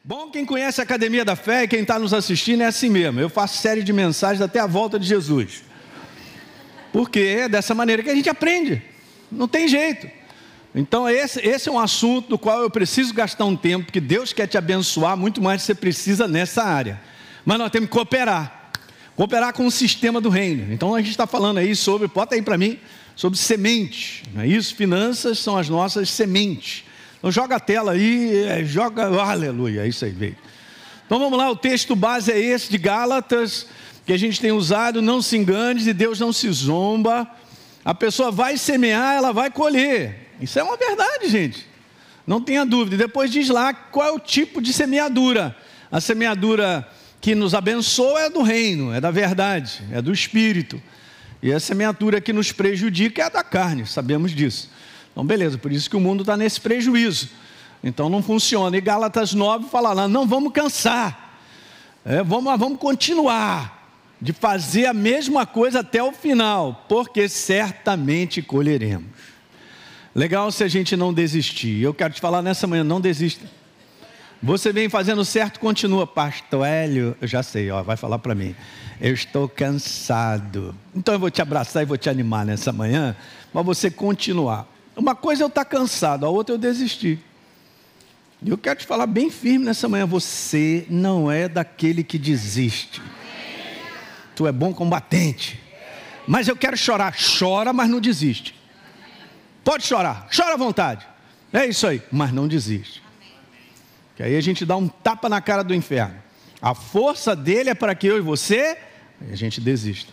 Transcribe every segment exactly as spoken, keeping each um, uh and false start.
Bom, quem conhece a Academia da Fé e quem está nos assistindo é assim mesmo. Eu faço série de mensagens até a volta de Jesus. Porque é dessa maneira que a gente aprende. Não tem jeito. Então esse, esse é um assunto do qual eu preciso gastar um tempo, porque Deus quer te abençoar muito mais do que você precisa nessa área. Mas nós temos que cooperar. Cooperar com o sistema do reino. Então a gente está falando aí sobre, bota aí para mim, sobre sementes. Não é isso? Finanças são as nossas sementes. Então joga a tela aí, joga, aleluia, é isso aí, veio. Então vamos lá, o texto base é esse de Gálatas, que a gente tem usado, não se engane, e Deus não se zomba. A pessoa vai semear, ela vai colher. Isso é uma verdade, gente. Não tenha dúvida. E depois diz lá qual é o tipo de semeadura. A semeadura que nos abençoa é do reino, é da verdade, é do Espírito. E a semeadura que nos prejudica é a da carne, sabemos disso. Então beleza, por isso que o mundo está nesse prejuízo. Então não funciona. E Gálatas nove fala lá, não vamos cansar. É, vamos, vamos continuar de fazer a mesma coisa até o final, porque certamente colheremos. Legal se a gente não desistir. Eu quero te falar nessa manhã, não desista. Você vem fazendo certo, continua. Pastor Hélio, eu já sei, ó, vai falar para mim. Eu estou cansado. Então eu vou te abraçar e vou te animar nessa manhã, para você continuar. Uma coisa é eu estar cansado, a outra é eu desistir. E eu quero te falar bem firme nessa manhã, você não é daquele que desiste. Tu é bom combatente. Mas eu quero chorar, chora, mas não desiste. Pode chorar, chora à vontade. É isso aí, mas não desiste. Que aí a gente dá um tapa na cara do inferno. A força dele é para que eu e você, a gente desista.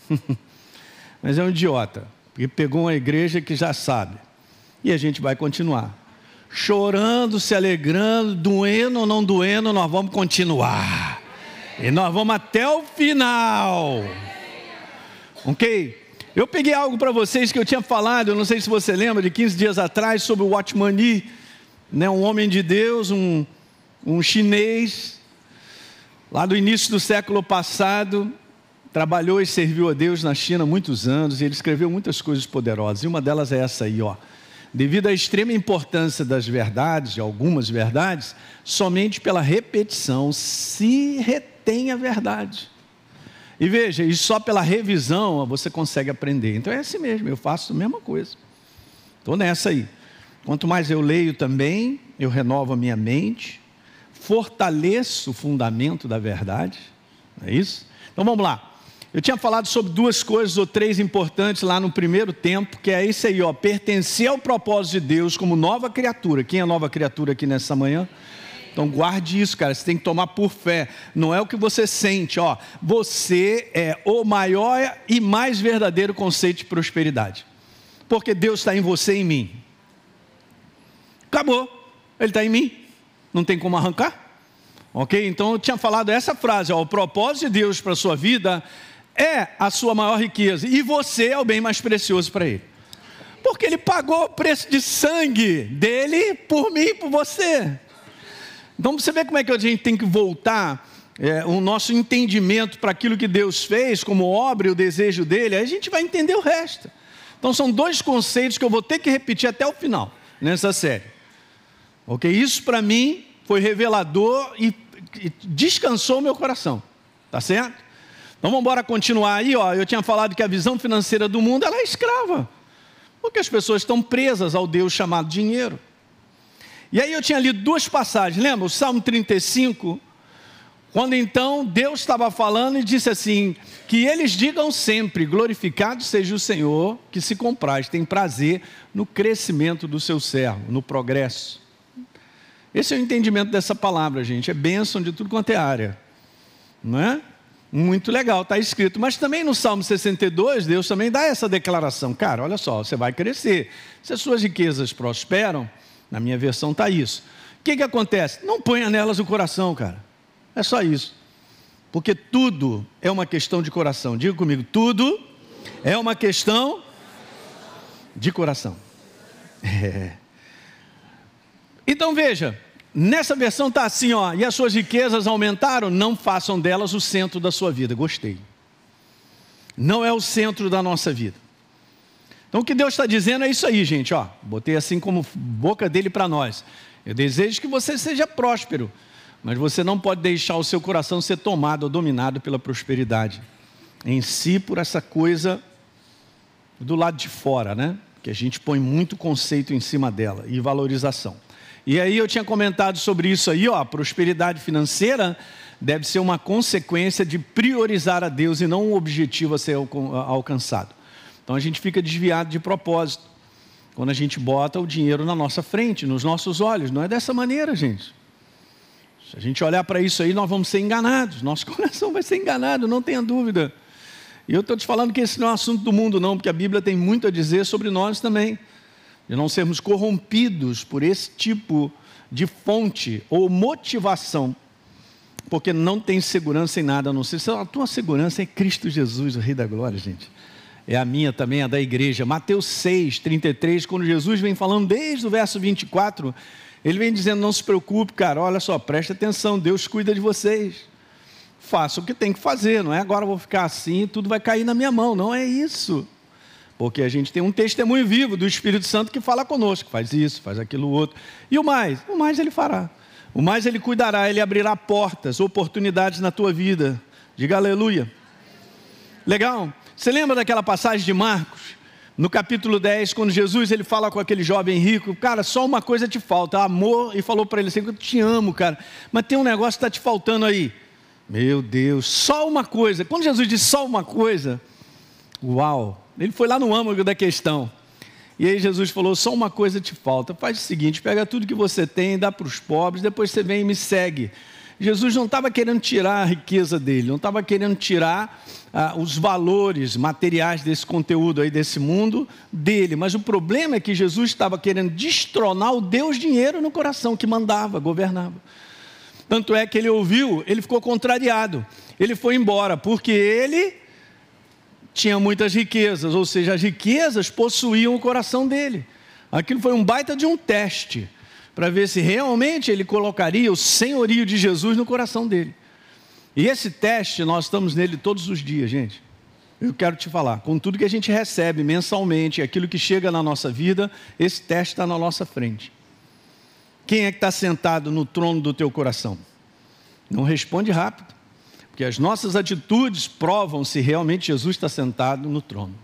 Mas é um idiota, porque pegou uma igreja que já sabe. E a gente vai continuar. Chorando, se alegrando, doendo ou não doendo, nós vamos continuar. E nós vamos até o final. Ok? Eu peguei algo para vocês que eu tinha falado, eu não sei se você lembra, de quinze dias atrás, sobre o Watchman Nee, né, um homem de Deus, um, um chinês, lá do início do século passado, trabalhou e serviu a Deus na China há muitos anos, e ele escreveu muitas coisas poderosas, e uma delas é essa aí, ó. Devido à extrema importância das verdades, de algumas verdades, somente pela repetição se retém a verdade. E veja, e só pela revisão você consegue aprender. Então é assim mesmo, eu faço a mesma coisa. Estou nessa aí. Quanto mais eu leio também, eu renovo a minha mente, fortaleço o fundamento da verdade. Não é isso? Então vamos lá. Eu tinha falado sobre duas coisas ou três importantes lá no primeiro tempo, que é isso aí, ó, pertencer ao propósito de Deus como nova criatura. Quem é nova criatura aqui nessa manhã? Então guarde isso, cara, você tem que tomar por fé. Não é o que você sente, ó. Você é o maior e mais verdadeiro conceito de prosperidade. Porque Deus está em você e em mim. Acabou. Ele está em mim. Não tem como arrancar. Ok? Então eu tinha falado essa frase, ó, o propósito de Deus para a sua vida é a sua maior riqueza, e você é o bem mais precioso para Ele, porque Ele pagou o preço de sangue dEle, por mim e por você. Então você vê como é que a gente tem que voltar é, o nosso entendimento para aquilo que Deus fez, como obra e o desejo dEle, aí a gente vai entender o resto. Então são dois conceitos que eu vou ter que repetir até o final, nessa série. Ok? Isso para mim foi revelador e, e descansou o meu coração, tá certo? Então vamos embora continuar aí, ó. Eu tinha falado que a visão financeira do mundo, ela é escrava, porque as pessoas estão presas ao Deus chamado dinheiro. E aí eu tinha lido duas passagens, lembra? O Salmo trinta e cinco, quando então Deus estava falando e disse assim, que eles digam sempre, glorificado seja o Senhor, que se compraz, tem prazer no crescimento do seu servo, no progresso. Esse é o entendimento dessa palavra, gente, é bênção de tudo quanto é área, não é? Muito legal, está escrito. Mas também no Salmo sessenta e dois, Deus também dá essa declaração. Cara, olha só, você vai crescer. Se as suas riquezas prosperam, na minha versão está isso. O que que acontece? Não ponha nelas o coração, cara. É só isso. Porque tudo é uma questão de coração. Diga comigo, tudo é uma questão de coração. É. Então veja, nessa versão está assim, ó, e as suas riquezas aumentaram, não façam delas o centro da sua vida. Gostei. Não é o centro da nossa vida. Então o que Deus está dizendo é isso aí, gente, ó. Botei assim como boca dele para nós. Eu desejo que você seja próspero, Mas você não pode deixar o seu coração ser tomado ou dominado pela prosperidade em si, por essa coisa do lado de fora, né? Que a gente põe muito conceito em cima dela e valorização. E aí eu tinha comentado sobre isso aí, ó, a prosperidade financeira deve ser uma consequência de priorizar a Deus e não um objetivo a ser alcançado. Então a gente fica desviado de propósito quando a gente bota o dinheiro na nossa frente, nos nossos olhos. Não é dessa maneira, gente. Se a gente olhar para isso aí, nós vamos ser enganados. Nosso coração vai ser enganado, não tenha dúvida. E eu estou te falando que esse não é um assunto do mundo não, porque a Bíblia tem muito a dizer sobre nós também. De não sermos corrompidos por esse tipo de fonte ou motivação, porque não tem segurança em nada, a não ser, a tua segurança é Cristo Jesus, o Rei da Glória, gente. É a minha também, a da igreja. Mateus seis, trinta e três, quando Jesus vem falando desde o verso vinte e quatro, ele vem dizendo, não se preocupe, cara, olha só, preste atenção, Deus cuida de vocês. Faça o que tem que fazer, não é agora eu vou ficar assim e tudo vai cair na minha mão, não é isso. Porque a gente tem um testemunho vivo do Espírito Santo que fala conosco, faz isso, faz aquilo outro. E o mais? O mais ele fará. O mais ele cuidará, ele abrirá portas, oportunidades na tua vida. Diga aleluia. Legal? Você lembra daquela passagem de Marcos? No capítulo dez, quando Jesus ele fala com aquele jovem rico, cara, só uma coisa te falta, amor, e falou para ele assim, eu te amo, cara, mas tem um negócio que está te faltando aí. Meu Deus, só uma coisa. Quando Jesus disse só uma coisa, uau, ele foi lá no âmago da questão. E aí Jesus falou, só uma coisa te falta, faz o seguinte, pega tudo que você tem, dá para os pobres, depois você vem e me segue. Jesus não estava querendo tirar a riqueza dele, não estava querendo tirar ah, os valores materiais desse conteúdo aí, desse mundo dele, mas o problema é que Jesus estava querendo destronar o Deus dinheiro no coração, que mandava, governava. Tanto é que ele ouviu, ele ficou contrariado, ele foi embora, porque ele tinha muitas riquezas, ou seja, as riquezas possuíam o coração dele. Aquilo foi um baita de um teste, para ver se realmente ele colocaria o senhorio de Jesus no coração dele. E esse teste, nós estamos nele todos os dias, gente. Eu quero te falar, com tudo que a gente recebe mensalmente, aquilo que chega na nossa vida, esse teste está na nossa frente. Quem é que está sentado no trono do teu coração? Não responde rápido, porque as nossas atitudes provam se realmente Jesus está sentado no trono.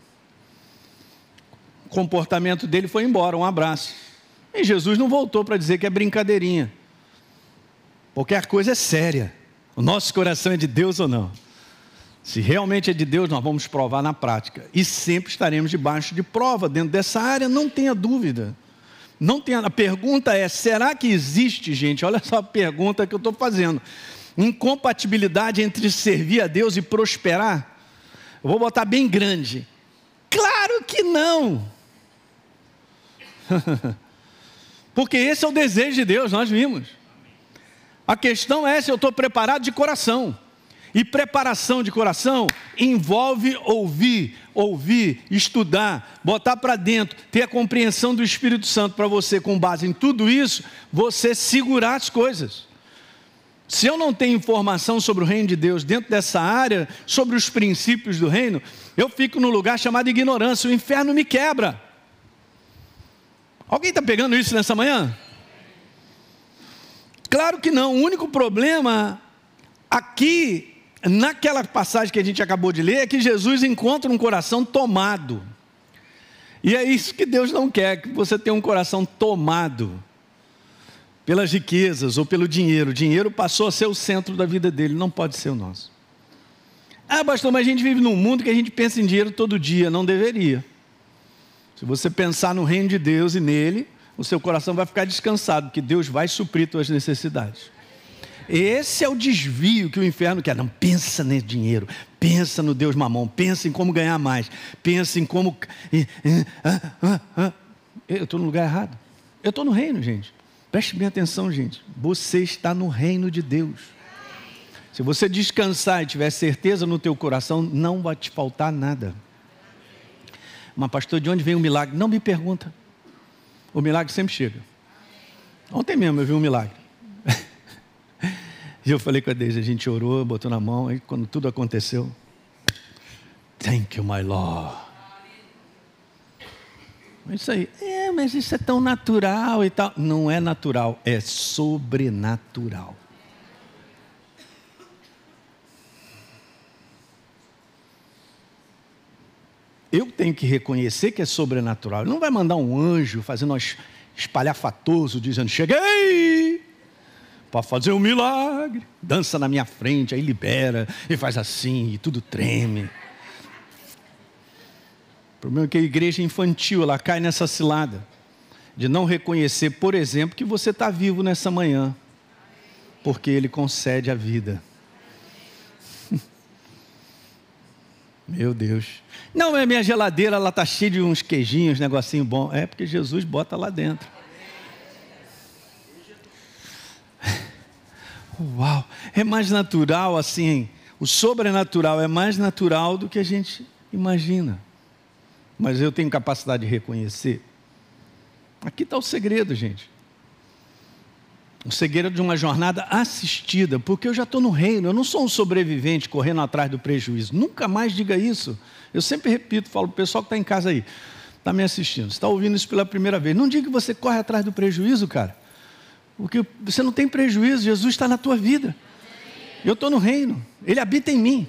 O comportamento dele foi embora, um abraço. E Jesus não voltou para dizer que é brincadeirinha. Qualquer coisa é séria. O nosso coração é de Deus ou não? Se realmente é de Deus, nós vamos provar na prática. E sempre estaremos debaixo de prova dentro dessa área, não tenha dúvida. Não tenha, a pergunta é, será que existe, gente? Olha só a pergunta que eu estou fazendo. Incompatibilidade entre servir a Deus e prosperar? Eu vou botar bem grande. Claro que não! Porque esse é o desejo de Deus, nós vimos. A questão é se eu estou preparado de coração. E preparação de coração envolve ouvir, ouvir, estudar, botar para dentro, ter a compreensão do Espírito Santo para você, com base em tudo isso, você segurar as coisas. Se eu não tenho informação sobre o reino de Deus dentro dessa área, sobre os princípios do reino, eu fico num lugar chamado ignorância, o inferno me quebra. Alguém está pegando isso nessa manhã? Claro que não, o único problema aqui, naquela passagem que a gente acabou de ler, é que Jesus encontra um coração tomado. E é isso que Deus não quer, que você tenha um coração tomado pelas riquezas ou pelo dinheiro. O dinheiro passou a ser o centro da vida dele, não pode ser o nosso. Ah, pastor, mas a gente vive num mundo que a gente pensa em dinheiro todo dia, não deveria. Se você pensar no reino de Deus e nele, o seu coração vai ficar descansado, porque Deus vai suprir suas necessidades. Esse é o desvio que o inferno quer. Não, pensa no dinheiro, pensa no Deus mamão, pensa em como ganhar mais, pensa em como... Eu estou no lugar errado. Eu estou no reino, gente. Preste bem atenção, gente. Você está no reino de Deus. Se você descansar e tiver certeza no teu coração, não vai te faltar nada. Mas pastor, de onde vem o milagre? Não me pergunta. O milagre sempre chega. Ontem mesmo eu vi um milagre. E eu falei com a Deise, a gente orou, botou na mão, aí quando tudo aconteceu, thank you, my Lord. Isso aí, é, mas isso é tão natural e tal. Não é natural, é sobrenatural. eu tenho que reconhecer que é sobrenatural. Ele não vai mandar um anjo fazendo um espalhafatoso, dizendo, cheguei para fazer um milagre. Dança na minha frente, aí libera, e faz assim, e tudo treme. O problema é que a igreja infantil, ela cai nessa cilada de não reconhecer, por exemplo, que você está vivo nessa manhã, porque Ele concede a vida. Meu Deus. Não, é minha geladeira, ela está cheia de uns queijinhos, negocinho bom. É porque Jesus bota lá dentro. Uau, é mais natural assim, o sobrenatural é mais natural do que a gente imagina. Mas eu tenho capacidade de reconhecer. Aqui está o segredo, gente. O segredo de uma jornada assistida, porque eu já estou no reino, eu não sou um sobrevivente correndo atrás do prejuízo. Nunca mais diga isso. Eu sempre repito, falo para o pessoal que está em casa aí, está me assistindo, está ouvindo isso pela primeira vez. Não diga que você corre atrás do prejuízo, cara. Porque você não tem prejuízo, Jesus está na tua vida. Eu estou no reino, Ele habita em mim.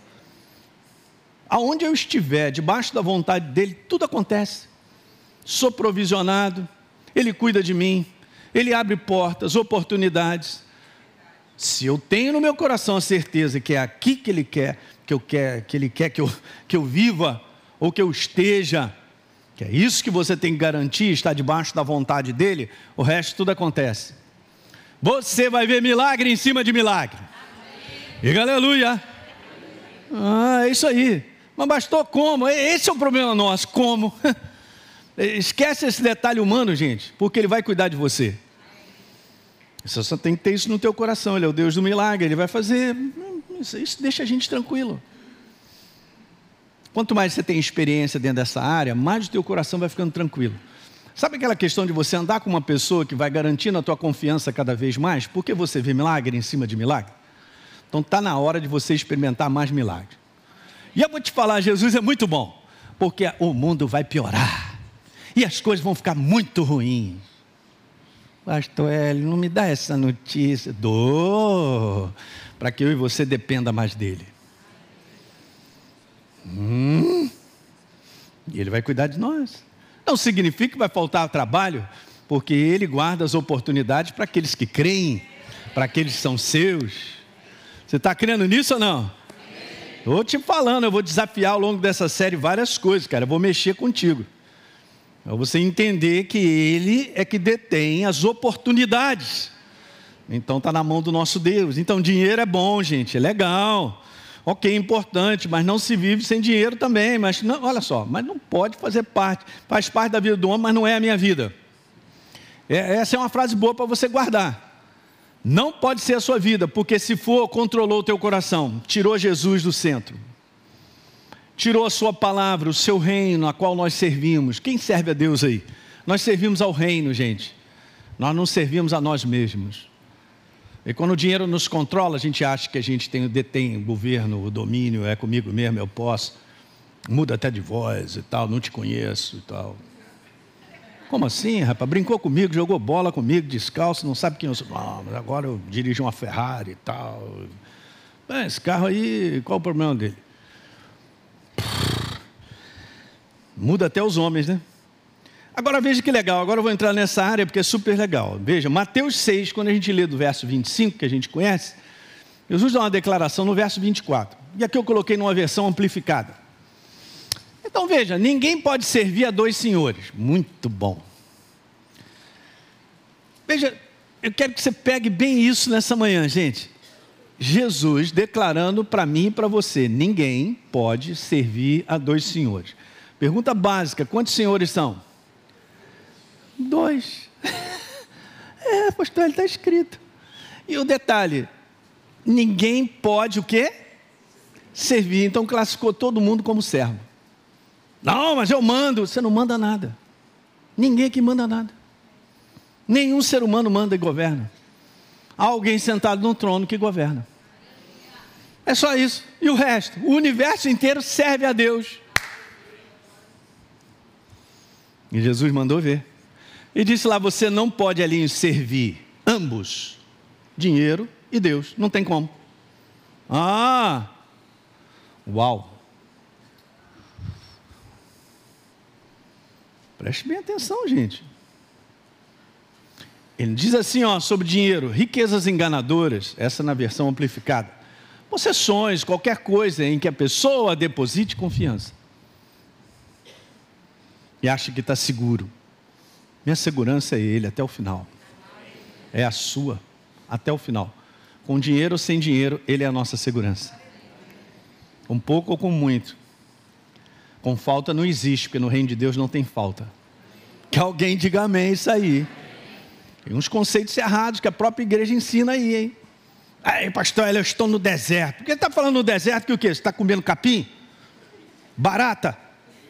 Aonde eu estiver, debaixo da vontade dEle, tudo acontece. Sou provisionado, Ele cuida de mim, Ele abre portas, oportunidades. Se eu tenho no meu coração a certeza que é aqui que Ele quer, que, eu quer, que Ele quer que eu, que eu viva, ou que eu esteja, que é isso que você tem que garantir, estar debaixo da vontade dEle, o resto tudo acontece. Você vai ver milagre em cima de milagre. Diga aleluia. Ah, é isso aí. Mas pastor, como? Esse é o problema nosso, como? Esquece esse detalhe humano, gente, porque Ele vai cuidar de você. Você só tem que ter isso no teu coração. Ele é o Deus do milagre, Ele vai fazer. Isso deixa a gente tranquilo. Quanto mais você tem experiência dentro dessa área, mais o teu coração vai ficando tranquilo. Sabe aquela questão de você andar com uma pessoa que vai garantindo a tua confiança cada vez mais? Porque você vê milagre em cima de milagre? Então está na hora de você experimentar mais milagre. E eu vou te falar, Jesus é muito bom, porque o mundo vai piorar. E as coisas vão ficar muito ruins. Pastor Hélio, não me dá essa notícia. Dou, para que eu e você dependa mais dele. Hum, e Ele vai cuidar de nós. Não significa que vai faltar trabalho, porque Ele guarda as oportunidades para aqueles que creem, para aqueles que são seus. Você está crendo nisso ou não? Estou te falando, eu vou desafiar ao longo dessa série várias coisas, cara. Eu vou mexer contigo. Para você entender que Ele é que detém as oportunidades. Então está na mão do nosso Deus. Então dinheiro é bom, gente, é legal. Ok, importante, mas não se vive sem dinheiro também. Mas não, olha só, mas não pode fazer parte. Faz parte da vida do homem, mas não é a minha vida. É, essa é uma frase boa para você guardar. Não pode ser a sua vida, porque se for, controlou o teu coração. Tirou Jesus do centro. Tirou a sua palavra, o seu reino, a qual nós servimos. Quem serve a Deus aí? Nós servimos ao reino, gente. Nós não servimos a nós mesmos. E quando o dinheiro nos controla, a gente acha que a gente tem, detém o governo, o domínio, é comigo mesmo, eu posso. Muda até de voz e tal, não te conheço e tal. Como assim, rapaz? Brincou comigo, jogou bola comigo, descalço, não sabe quem eu sou. Não, mas agora eu dirijo uma Ferrari e tal. Bem, esse carro aí, qual o problema dele? Muda até os homens, né? Agora veja que legal, agora eu vou entrar nessa área porque é super legal. Veja, Mateus seis, quando a gente lê do verso vinte e cinco, que a gente conhece, Jesus dá uma declaração no verso vinte e quatro. E aqui eu coloquei numa versão amplificada. Então veja, ninguém pode servir a dois senhores. Muito bom. Veja, eu quero que você pegue bem isso nessa manhã, gente. Jesus declarando para mim e para você, ninguém pode servir a dois senhores. Pergunta básica, quantos senhores são? Dois. É, pastor, ele está escrito. E o detalhe, ninguém pode o quê? Servir. Então classificou todo mundo como servo. Não, mas eu mando. Você não manda nada. Ninguém aqui manda nada. Nenhum ser humano manda e governa. Há alguém sentado no trono que governa. É só isso. E o resto? O universo inteiro serve a Deus. E Jesus mandou ver. E disse lá, você não pode ali servir ambos, dinheiro e Deus. Não tem como. Ah, uau. Preste bem atenção, gente. Ele diz assim, ó, sobre dinheiro: riquezas enganadoras, essa na versão amplificada, possessões, qualquer coisa em que a pessoa deposite confiança e acha que está seguro. Minha segurança é Ele até o final. É a sua até o final. Com dinheiro ou sem dinheiro, Ele é a nossa segurança. Com pouco ou com muito. Com falta não existe, porque no reino de Deus não tem falta. Que alguém diga amém, isso aí. Tem uns conceitos errados que a própria igreja ensina aí, hein? Aí, pastor, eu estou no deserto. Por que está falando no deserto que o quê? Você está comendo capim? Barata?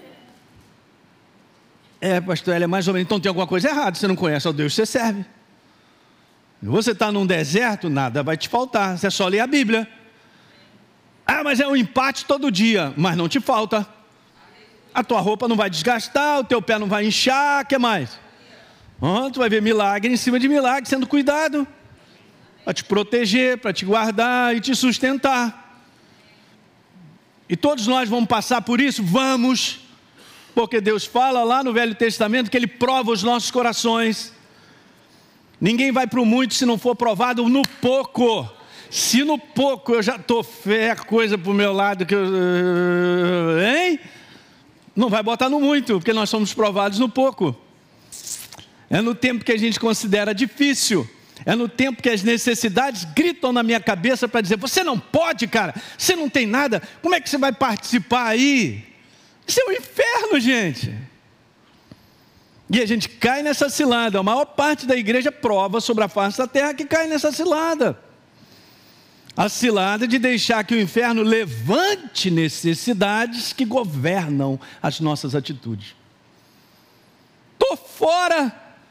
É, pastor, ela é mais ou menos. Então tem alguma coisa errada, você não conhece o Deus que você serve. Você está num deserto, nada vai te faltar, você é só ler a Bíblia. Ah, mas é um empate todo dia, mas não te falta. A tua roupa não vai desgastar, o teu pé não vai inchar, o que mais? Ah, tu vai ver milagre em cima de milagre, sendo cuidado, para te proteger, para te guardar e te sustentar. E todos nós vamos passar por isso? Vamos, porque Deus fala lá no Velho Testamento que Ele prova os nossos corações. Ninguém vai para o muito se não for provado no pouco. Se no pouco eu já estou fé, coisa para o meu lado, que eu, hein? Não vai botar no muito, porque nós somos provados no pouco. É no tempo que a gente considera difícil. É no tempo que as necessidades gritam na minha cabeça para dizer: você não pode, cara, você não tem nada, como é que você vai participar aí? Isso é um inferno, gente. E a gente cai nessa cilada. A maior parte da igreja prova sobre a face da terra que cai nessa cilada. A cilada de deixar que o inferno levante necessidades que governam as nossas atitudes. Estou fora.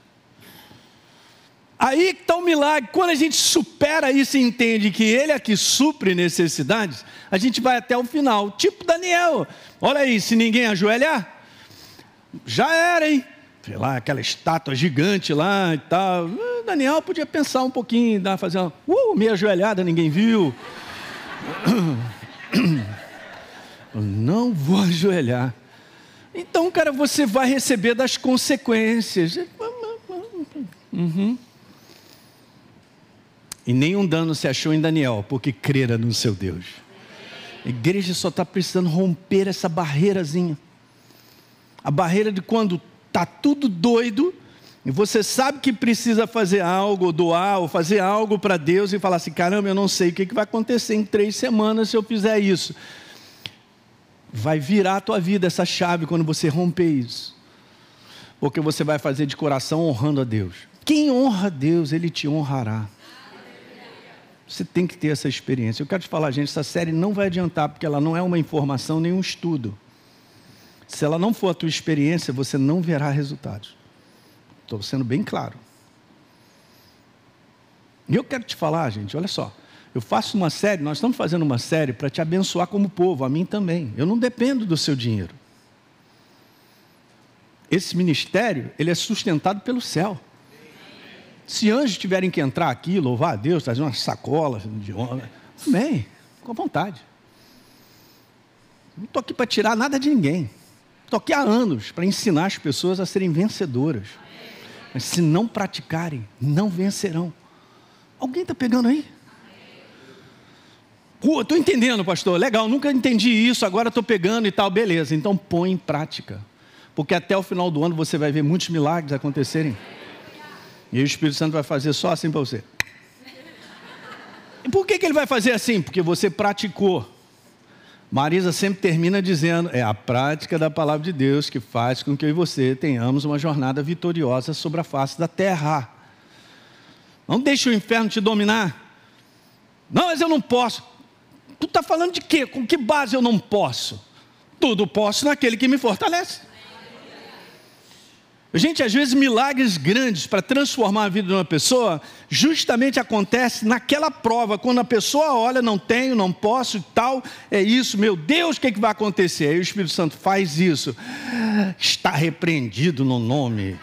Aí que está o milagre. Quando a gente supera isso e entende que Ele é que supre necessidades, a gente vai até o final. Tipo Daniel. Olha aí, se ninguém ajoelhar, já era, hein? Sei lá, aquela estátua gigante lá e tal. Daniel podia pensar um pouquinho, dar, fazer uma uh, meia ajoelhada, ninguém viu. Não vou ajoelhar. Então, cara, você vai receber das consequências. Uhum. E nenhum dano se achou em Daniel, porque crera no seu Deus. A igreja só está precisando romper essa barreirazinha. A barreira de quando está tudo doido, e você sabe que precisa fazer algo, doar, ou fazer algo para Deus, e falar assim: caramba, eu não sei o que vai acontecer em três semanas se eu fizer isso. Vai virar a tua vida essa chave quando você romper isso. Porque você vai fazer de coração honrando a Deus. Quem honra a Deus, Ele te honrará. Você tem que ter essa experiência. Eu quero te falar, gente, essa série não vai adiantar, porque ela não é uma informação nem um estudo. Se ela não for a tua experiência, você não verá resultados. Estou sendo bem claro. E eu quero te falar, gente, olha só. Eu faço uma série, nós estamos fazendo uma série para te abençoar como povo, a mim também. Eu não dependo do seu dinheiro. Esse ministério, ele é sustentado pelo céu. Se anjos tiverem que entrar aqui, louvar a Deus, trazer uma sacola de honra, amém, com vontade. Não estou aqui para tirar nada de ninguém. Estou aqui há anos para ensinar as pessoas a serem vencedoras. Mas se não praticarem, não vencerão. Alguém está pegando aí? Pô, estou entendendo, pastor. Legal, nunca entendi isso, agora estou pegando e tal. Beleza, então põe em prática. Porque até o final do ano você vai ver muitos milagres acontecerem. E aí o Espírito Santo vai fazer só assim para você. E por que que ele vai fazer assim? Porque você praticou. Marisa sempre termina dizendo: é a prática da palavra de Deus que faz com que eu e você tenhamos uma jornada vitoriosa sobre a face da terra. Não deixe o inferno te dominar. Não, mas eu não posso. Tu está falando de quê? Com que base eu não posso? Tudo posso naquele que me fortalece. Gente, às vezes milagres grandes para transformar a vida de uma pessoa justamente acontece naquela prova, quando a pessoa olha: não tenho, não posso e tal, é isso, meu Deus, o que, é que vai acontecer? Aí o Espírito Santo faz isso, está repreendido no nome.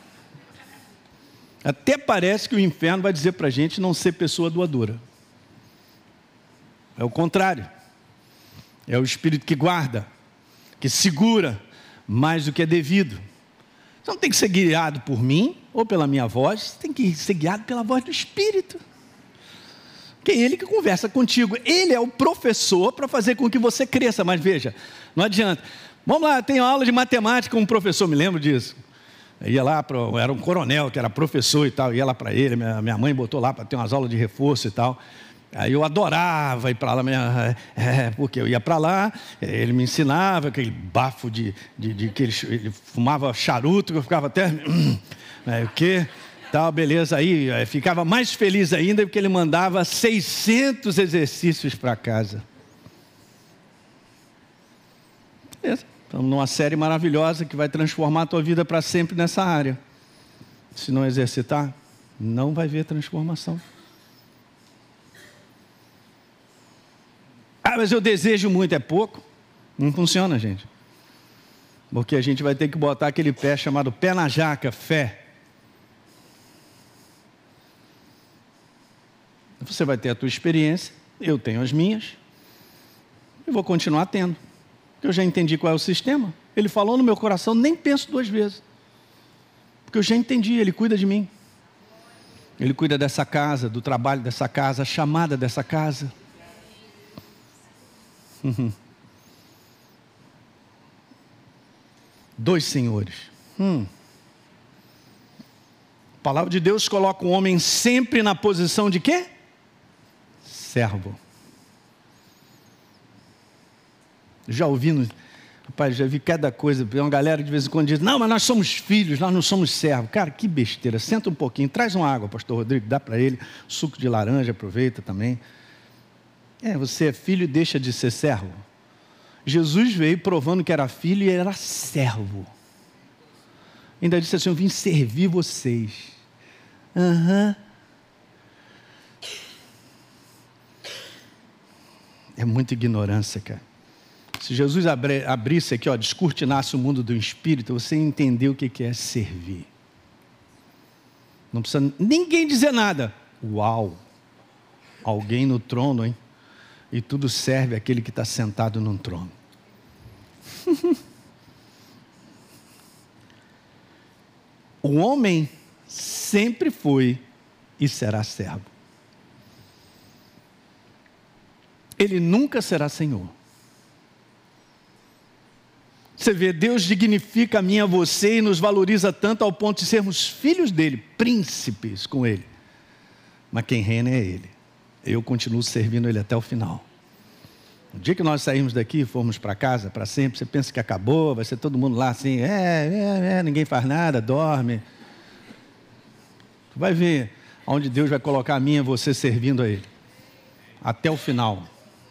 Até parece que o inferno vai dizer para a gente não ser pessoa doadora. É o contrário, é o Espírito que guarda, que segura mais do que é devido. Você não tem que ser guiado por mim ou pela minha voz, você tem que ser guiado pela voz do Espírito. Que é Ele que conversa contigo. Ele é o professor para fazer com que você cresça. Mas veja, não adianta. Vamos lá, eu tenho aula de matemática com um professor, me lembro disso. Eu ia lá, pro, era um coronel que era professor e tal, ia lá para ele, minha, minha mãe botou lá para ter umas aulas de reforço e tal. Aí eu adorava ir para lá, minha, é, porque eu ia para lá, ele me ensinava aquele bafo de, de, de que ele, ele fumava charuto, que eu ficava até, é, o quê? Tal, beleza, aí ficava mais feliz ainda porque ele mandava seiscentos exercícios para casa. Beleza. Estamos numa série maravilhosa que vai transformar a tua vida para sempre nessa área. Se não exercitar, não vai ver transformação. Ah, mas eu desejo muito, é pouco? Não funciona, gente. Porque a gente vai ter que botar aquele pé chamado pé na jaca, fé. Você vai ter a tua experiência, eu tenho as minhas, e vou continuar tendo. Porque eu já entendi qual é o sistema. Ele falou no meu coração, nem penso duas vezes. Porque eu já entendi, Ele cuida de mim. Ele cuida dessa casa, do trabalho dessa casa, a chamada dessa casa. Uhum. Dois senhores. Hum. A palavra de Deus coloca o homem sempre na posição de quê? Servo. Já ouvi, no, rapaz, já vi cada coisa. Uma galera de vez em quando diz, não, mas nós somos filhos, nós não somos servos. Cara, que besteira. Senta um pouquinho, traz uma água, pastor Rodrigo, dá para ele. Suco de laranja, aproveita também. É, você é filho e deixa de ser servo. Jesus veio provando que era filho e era servo. Ainda disse assim, eu vim servir vocês. Aham. Uhum. É muita ignorância, cara. Se Jesus abri, abrisse aqui, ó, descortinasse o mundo do Espírito, você ia entender o que é servir. Não precisa ninguém dizer nada. Uau! Alguém no trono, hein? E tudo serve àquele que está sentado num trono. O homem sempre foi e será servo. Ele nunca será senhor. Você vê, Deus dignifica a mim e a você e nos valoriza tanto ao ponto de sermos filhos dele, príncipes com ele. Mas quem reina é ele. Eu continuo servindo ele até o final. No dia que nós sairmos daqui e formos para casa para sempre, você pensa que acabou, vai ser todo mundo lá assim, é, é, é, ninguém faz nada, dorme. Tu vai ver onde Deus vai colocar a mim e você servindo a ele. Até o final.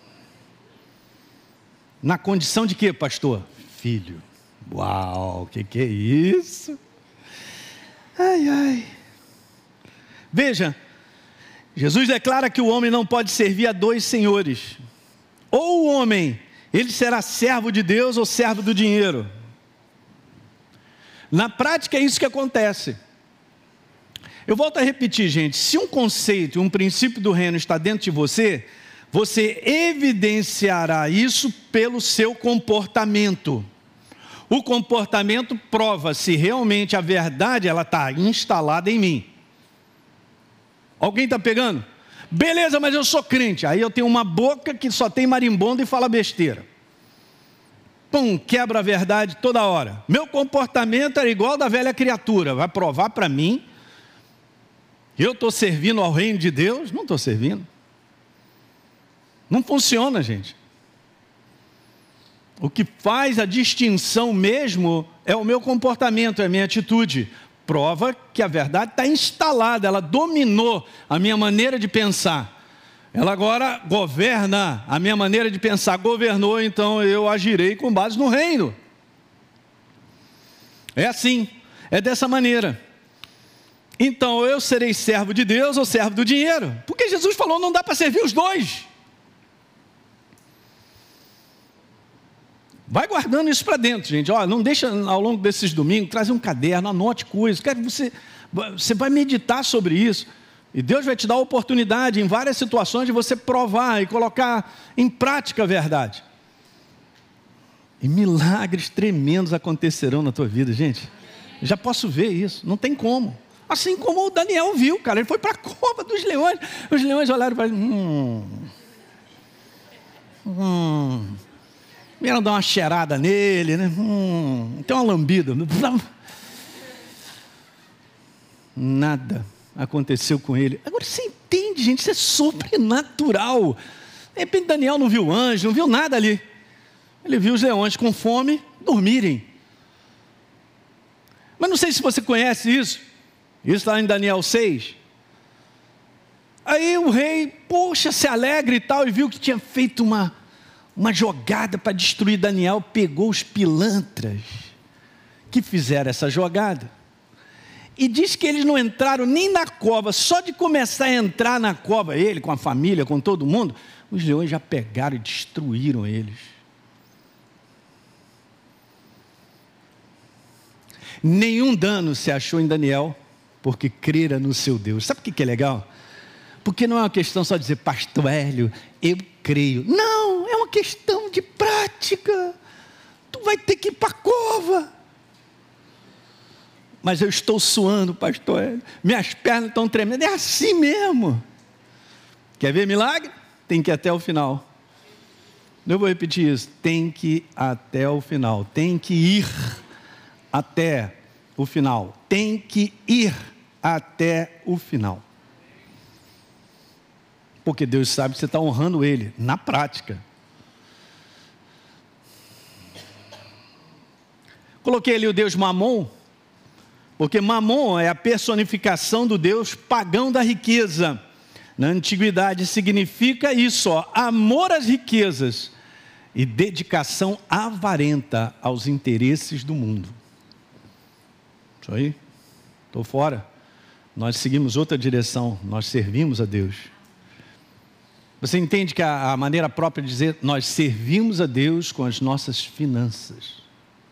Na condição de quê, pastor? Filho. Uau, o que, que é isso? Ai, ai. Veja, Jesus declara que o homem não pode servir a dois senhores. Ou o homem, ele será servo de Deus ou servo do dinheiro. Na prática é isso que acontece. Eu volto a repetir, gente, se um conceito, um princípio do reino está dentro de você, você evidenciará isso pelo seu comportamento. O comportamento prova se realmente a verdade ela está instalada em mim. Alguém está pegando? Beleza, mas eu sou crente. Aí eu tenho uma boca que só tem marimbondo e fala besteira. Pum, quebra a verdade toda hora. Meu comportamento é igual da velha criatura. Vai provar para mim. Eu estou servindo ao reino de Deus? Não estou servindo. Não funciona, gente. O que faz a distinção mesmo é o meu comportamento, é a minha atitude. Prova que a verdade está instalada, ela dominou a minha maneira de pensar. Ela agora governa a minha maneira de pensar. Governou, então eu agirei com base no reino. É assim, é dessa maneira. Então eu serei servo de Deus ou servo do dinheiro. Porque Jesus falou, não dá para servir os dois. Vai guardando isso para dentro, gente. Olha, não deixa ao longo desses domingos, trazer um caderno, anote coisas. Quero que você, você vai meditar sobre isso. E Deus vai te dar a oportunidade em várias situações de você provar e colocar em prática a verdade. E milagres tremendos acontecerão na tua vida, gente. Já posso ver isso, não tem como. Assim como o Daniel viu, cara, ele foi para a cova dos leões. Os leões olharam para ele, hum, hum, vieram dar uma cheirada nele, né? Hum, tem uma lambida. Nada aconteceu com ele. Agora você entende, gente, isso é sobrenatural. De repente Daniel não viu anjo, não viu nada ali. Ele viu os leões com fome dormirem. Mas não sei se você conhece isso. Isso está em Daniel seis. Aí o rei, poxa, se alegra e tal, e viu que tinha feito uma, uma jogada para destruir Daniel, pegou os pilantras que fizeram essa jogada. E diz que eles não entraram nem na cova, só de começar a entrar na cova, ele com a família, com todo mundo, os leões já pegaram e destruíram eles. Nenhum dano se achou em Daniel, porque crera no seu Deus. Sabe o que é legal? Porque não é uma questão só de dizer, pastor Hélio, eu creio. Não, é uma questão de prática. Tu vai ter que ir para a cova. Mas eu estou suando, pastor Hélio. Minhas pernas estão tremendo. É assim mesmo. Quer ver milagre? Tem que ir até o final. Eu vou repetir isso. Tem que ir até o final. Tem que ir até o final. Tem que ir até o final. Porque Deus sabe que você está honrando Ele na prática. Coloquei ali o Deus Mamon, porque Mamon é a personificação do Deus pagão da riqueza. Na antiguidade significa isso, ó, amor às riquezas e dedicação avarenta aos interesses do mundo. Isso aí, estou fora. Nós seguimos outra direção, nós servimos a Deus. Você entende que a, a maneira própria de dizer, nós servimos a Deus com as nossas finanças.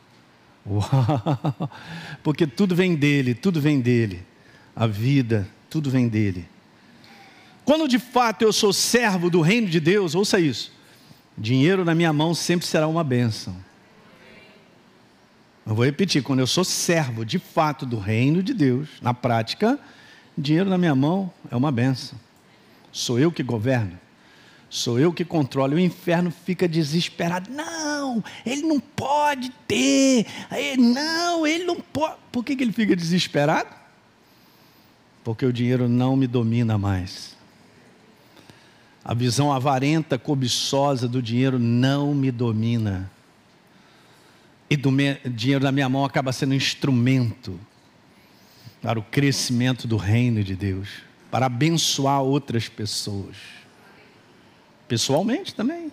Uau! Porque tudo vem dele, tudo vem dele. A vida, tudo vem dele. Quando de fato eu sou servo do reino de Deus, ouça isso, dinheiro na minha mão sempre será uma bênção. Eu vou repetir, quando eu sou servo de fato do reino de Deus, na prática, dinheiro na minha mão é uma bênção. Sou eu que governo, sou eu que controlo. O inferno fica desesperado. Não, ele não pode ter, não, ele não pode. Por que que ele fica desesperado? Porque o dinheiro não me domina mais. A visão avarenta, cobiçosa do dinheiro não me domina. E do dinheiro na minha mão acaba sendo um instrumento para o crescimento do reino de Deus, para abençoar outras pessoas. Pessoalmente também.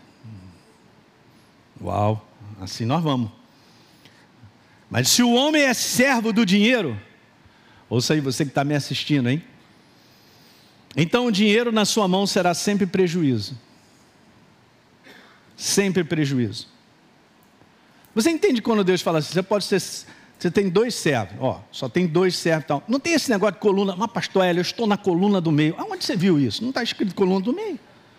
Uau, assim nós vamos. Mas se o homem é servo do dinheiro, ouça aí você que está me assistindo, hein? Então o dinheiro na sua mão será sempre prejuízo. Sempre prejuízo. Você entende quando Deus fala assim, você pode ser, você tem dois servos, ó, só tem dois servos e tal. Não tem esse negócio de coluna, mas pastor Hélio, eu estou na coluna do meio. Aonde você viu isso? Não está escrito coluna do meio.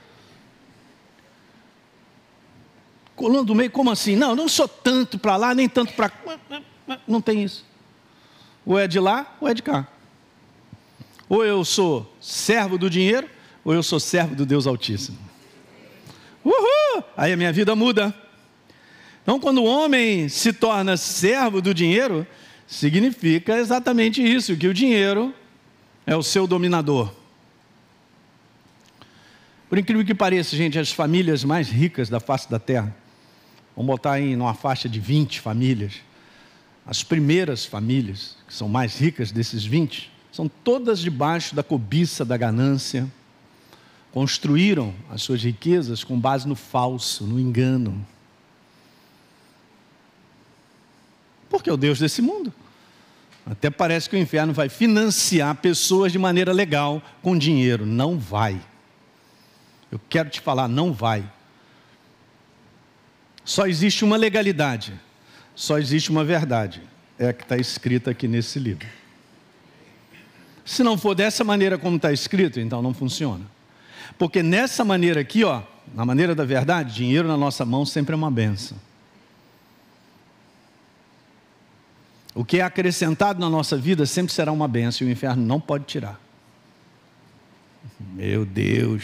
Coluna do meio, como assim? Não, eu não sou tanto para lá, nem tanto para cá. Não tem isso. Ou é de lá, ou é de cá. Ou eu sou servo do dinheiro, ou eu sou servo do Deus Altíssimo. Uhul! Aí a minha vida muda. Então, quando o homem se torna servo do dinheiro, significa exatamente isso, que o dinheiro é o seu dominador. Por incrível que pareça, gente, as famílias mais ricas da face da terra, vamos botar aí numa faixa de vinte famílias, as primeiras famílias, que são mais ricas desses vinte, são todas debaixo da cobiça, da ganância, construíram as suas riquezas com base no falso, no engano. Porque é o Deus desse mundo. Até parece que o inferno vai financiar pessoas de maneira legal com dinheiro. Não vai. Eu quero te falar, não vai. Só existe uma legalidade. Só existe uma verdade. É a que está escrita aqui nesse livro. Se não for dessa maneira como está escrito, então não funciona. Porque nessa maneira aqui, ó, na maneira da verdade, dinheiro na nossa mão sempre é uma bênção. O que é acrescentado na nossa vida sempre será uma bênção e o inferno não pode tirar. Meu Deus.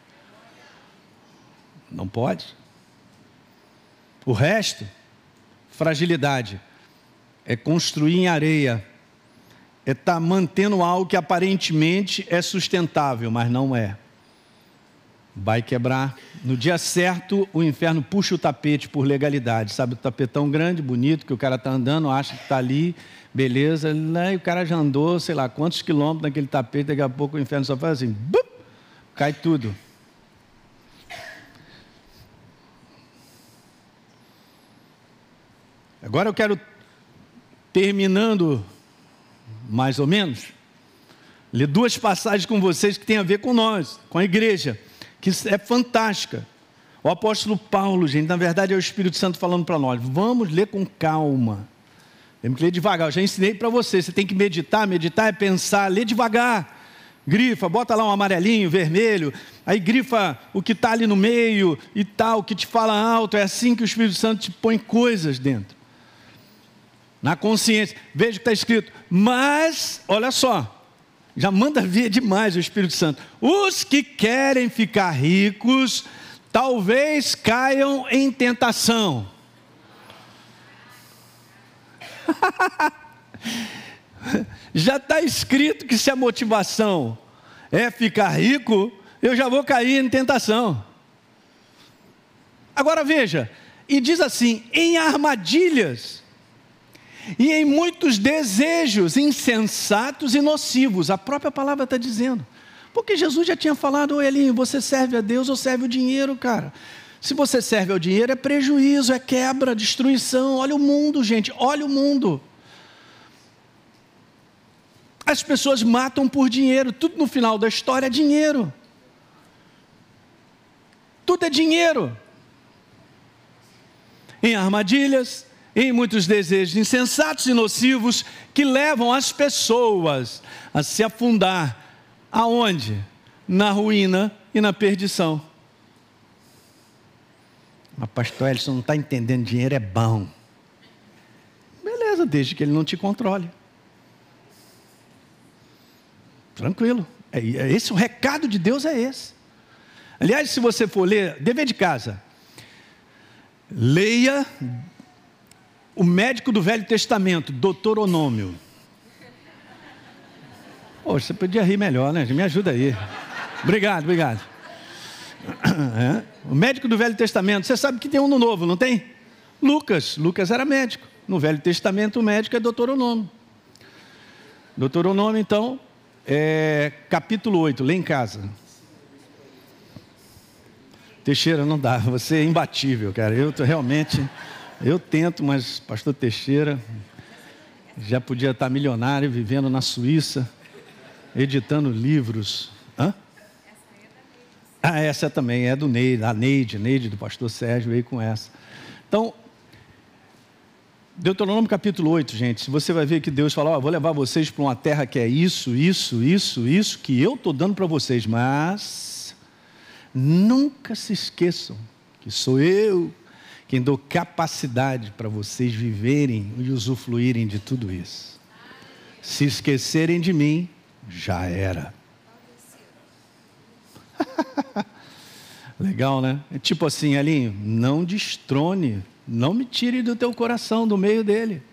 Não pode. O resto, fragilidade, é construir em areia, é estar mantendo algo que aparentemente é sustentável, mas não é. Vai quebrar. No dia certo, o inferno puxa o tapete por legalidade. Sabe, o tapetão grande, bonito, que o cara está andando, acha que está ali, beleza. E o cara já andou, sei lá, quantos quilômetros naquele tapete, daqui a pouco o inferno só faz assim, bup, cai tudo. Agora eu quero, terminando, mais ou menos, ler duas passagens com vocês que têm a ver com nós, com a igreja, que é fantástica. O apóstolo Paulo, gente, na verdade é o Espírito Santo falando para nós, vamos ler com calma. Temos que ler devagar, eu já ensinei para você, você tem que meditar, meditar é pensar, ler devagar. Grifa, bota lá um amarelinho, vermelho, aí grifa o que está ali no meio e tal, o que te fala alto, é assim que o Espírito Santo te põe coisas dentro. Na consciência, veja o que está escrito, mas, olha só, já manda ver demais o Espírito Santo. Os que querem ficar ricos, talvez caiam em tentação. Já está escrito que se a motivação é ficar rico, eu já vou cair em tentação. Agora veja, e diz assim, em armadilhas, e em muitos desejos insensatos e nocivos. A própria palavra está dizendo. Porque Jesus já tinha falado, ô Elinho, você serve a Deus ou serve o dinheiro, cara? Se você serve ao dinheiro é prejuízo, é quebra, destruição. Olha o mundo, gente, olha o mundo. As pessoas matam por dinheiro, tudo no final da história é dinheiro. Tudo é dinheiro. Em armadilhas, em muitos desejos insensatos e nocivos que levam as pessoas a se afundar. Aonde? Na ruína e na perdição. Mas pastor Elson não está entendendo, dinheiro é bom. Beleza, desde que ele não te controle. Tranquilo. É, é esse, o recado de Deus é esse. Aliás, se você for ler, dever de casa, leia o médico do Velho Testamento, Deuteronômio. Poxa, você podia rir melhor, né? Me ajuda aí. Obrigado, obrigado. É. O médico do Velho Testamento, você sabe que tem um no Novo, não tem? Lucas, Lucas era médico. No Velho Testamento o médico é Deuteronômio. Deuteronômio, então, é capítulo oito, lê em casa. Teixeira, não dá, você é imbatível, cara. Eu tô, realmente... Eu tento, mas pastor Teixeira já podia estar milionário, vivendo na Suíça, editando livros. Hã? Ah, essa também é do Neide, a Neide, Neide do pastor Sérgio veio com essa. Então, Deuteronômio capítulo oito, gente, se você vai ver que Deus fala, ó, vou levar vocês para uma terra que é isso, isso, isso, isso, que eu estou dando para vocês, mas nunca se esqueçam que sou eu quem dou capacidade para vocês viverem e usufruírem de tudo isso. Se esquecerem de mim, já era. Legal, né? É tipo assim, Elinho, não destrone, não me tire do teu coração, do meio dele.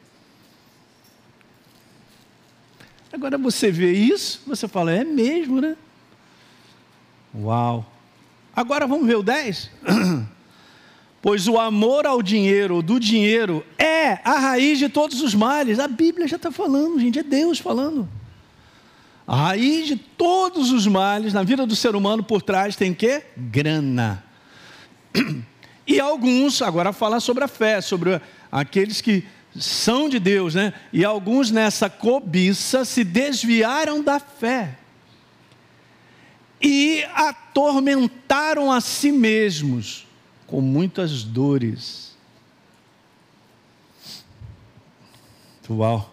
Agora você vê isso, você fala, é mesmo, né? Uau! Agora vamos ver o dez? Pois o amor ao dinheiro, do dinheiro, é a raiz de todos os males. A Bíblia já está falando, gente, é Deus falando. A raiz de todos os males na vida do ser humano por trás tem o quê? Grana. E alguns, agora fala sobre a fé, sobre aqueles que são de Deus, né? E alguns nessa cobiça se desviaram da fé e atormentaram a si mesmos com muitas dores. Uau!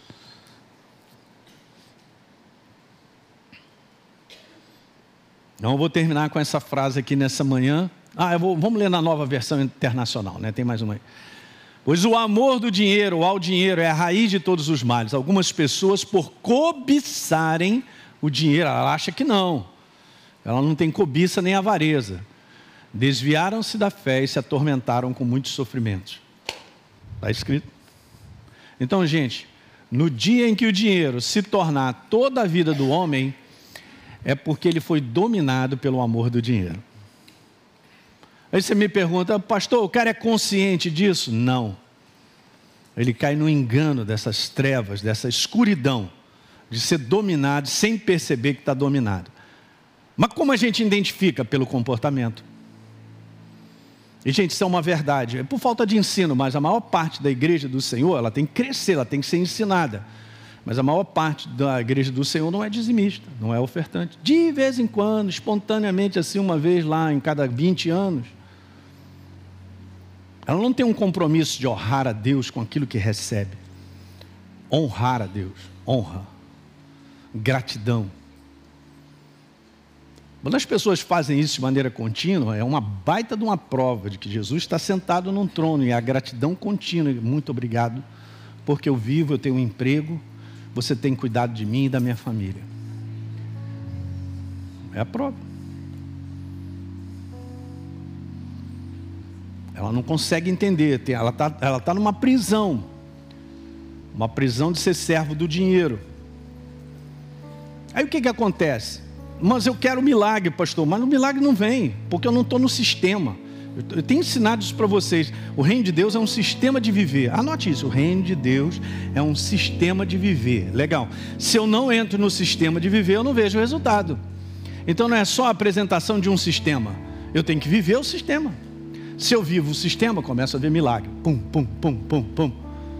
Então eu vou terminar com essa frase aqui nessa manhã. Ah, eu vou, vamos ler na Nova Versão Internacional, né? Tem mais uma aí. Pois o amor do dinheiro ao dinheiro é a raiz de todos os males. Algumas pessoas, por cobiçarem o dinheiro, ela acha que não. Ela não tem cobiça nem avareza. Desviaram-se da fé e se atormentaram com muitos sofrimentos. Está escrito. Então, gente, no dia em que o dinheiro se tornar toda a vida do homem, é porque ele foi dominado pelo amor do dinheiro. Aí você me pergunta, pastor, o cara é consciente disso? Não. Ele cai no engano dessas trevas, dessa escuridão, de ser dominado sem perceber que está dominado. Mas como a gente identifica? Pelo comportamento. E, gente, isso é uma verdade. É por falta de ensino, mas a maior parte da igreja do Senhor, ela tem que crescer, ela tem que ser ensinada. Mas a maior parte da igreja do Senhor não é dizimista, não é ofertante. De vez em quando, espontaneamente, assim, uma vez lá em cada vinte anos. Ela não tem um compromisso de honrar a Deus com aquilo que recebe. Honrar a Deus, honra, gratidão. Quando as pessoas fazem isso de maneira contínua, é uma baita de uma prova de que Jesus está sentado num trono e a gratidão contínua. Muito obrigado, porque eu vivo, eu tenho um emprego, você tem cuidado de mim e da minha família. É a prova. Ela não consegue entender, ela está ela tá numa prisão, uma prisão de ser servo do dinheiro. Aí o que que acontece? Mas eu quero milagre, pastor, mas o milagre não vem, porque eu não estou no sistema. Eu, eu tenho ensinado isso para vocês. O reino de Deus é um sistema de viver. Anote isso, o reino de Deus é um sistema de viver. Legal. Se eu não entro no sistema de viver, eu não vejo o resultado. Então não é só a apresentação de um sistema, eu tenho que viver o sistema. Se eu vivo o sistema, começo a ver milagre. Pum, pum, pum, pum, pum.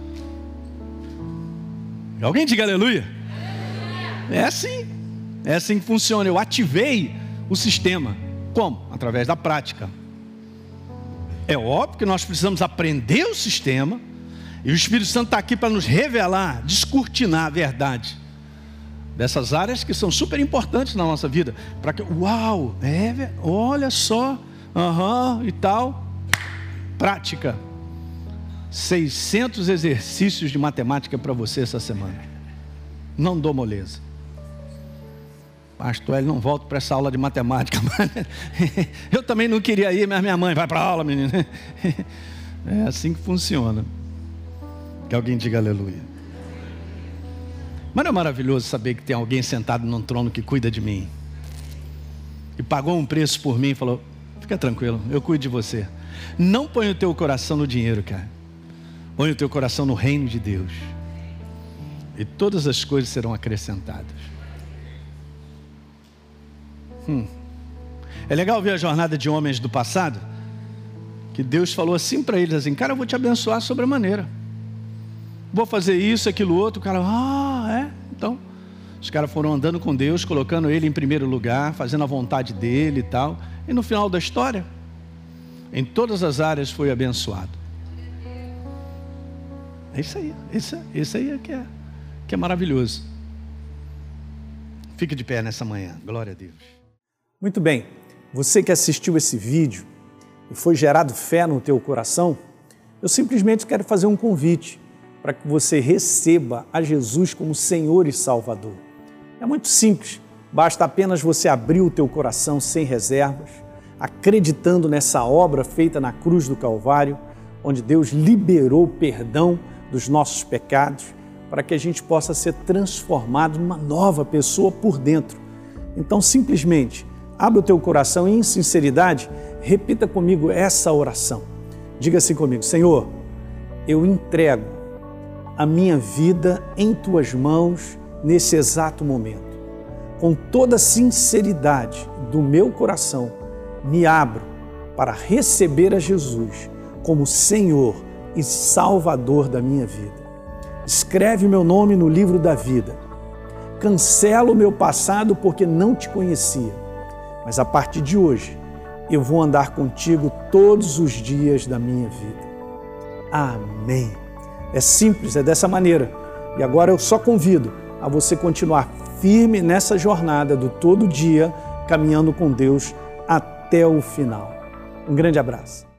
Alguém diga aleluia? É assim. É assim que funciona. Eu ativei o sistema. Como? Através da prática. É óbvio que nós precisamos aprender o sistema. E o Espírito Santo está aqui para nos revelar, descortinar a verdade dessas áreas que são super importantes na nossa vida. Para que, uau, é, olha só, aham, uhum, e tal. Prática. seiscentos exercícios de matemática para você essa semana. Não dou moleza. Pastor, ele não volta para essa aula de matemática. Eu também não queria ir, mas minha mãe vai para a aula, menino. É assim que funciona. Que alguém diga aleluia. Mas não é maravilhoso saber que tem alguém sentado num trono que cuida de mim, e pagou um preço por mim e falou, fica tranquilo, eu cuido de você. Não põe o teu coração no dinheiro, cara. Põe o teu coração no reino de Deus, e todas as coisas serão acrescentadas. Hum. É legal ver a jornada de homens do passado, que Deus falou assim para eles, assim, cara, eu vou te abençoar sobremaneira, vou fazer isso, aquilo, outro. O cara, ah, é? Então, os caras foram andando com Deus, colocando Ele em primeiro lugar, fazendo a vontade dEle e tal, e no final da história, em todas as áreas foi abençoado. É isso aí, isso, isso aí é que, é que é maravilhoso. Fique de pé nessa manhã, glória a Deus. Muito bem, você que assistiu esse vídeo e foi gerado fé no teu coração, eu simplesmente quero fazer um convite para que você receba a Jesus como Senhor e Salvador. É muito simples, basta apenas você abrir o teu coração sem reservas, acreditando nessa obra feita na cruz do Calvário, onde Deus liberou o perdão dos nossos pecados, para que a gente possa ser transformado numa nova pessoa por dentro. Então, simplesmente, abre o teu coração e, em sinceridade, repita comigo essa oração. Diga assim comigo, Senhor, eu entrego a minha vida em Tuas mãos nesse exato momento. Com toda a sinceridade do meu coração, me abro para receber a Jesus como Senhor e Salvador da minha vida. Escreve meu nome no livro da vida. Cancela o meu passado porque não Te conhecia. Mas a partir de hoje, eu vou andar contigo todos os dias da minha vida. Amém. É simples, é dessa maneira. E agora eu só convido a você continuar firme nessa jornada do todo dia, caminhando com Deus até o final. Um grande abraço.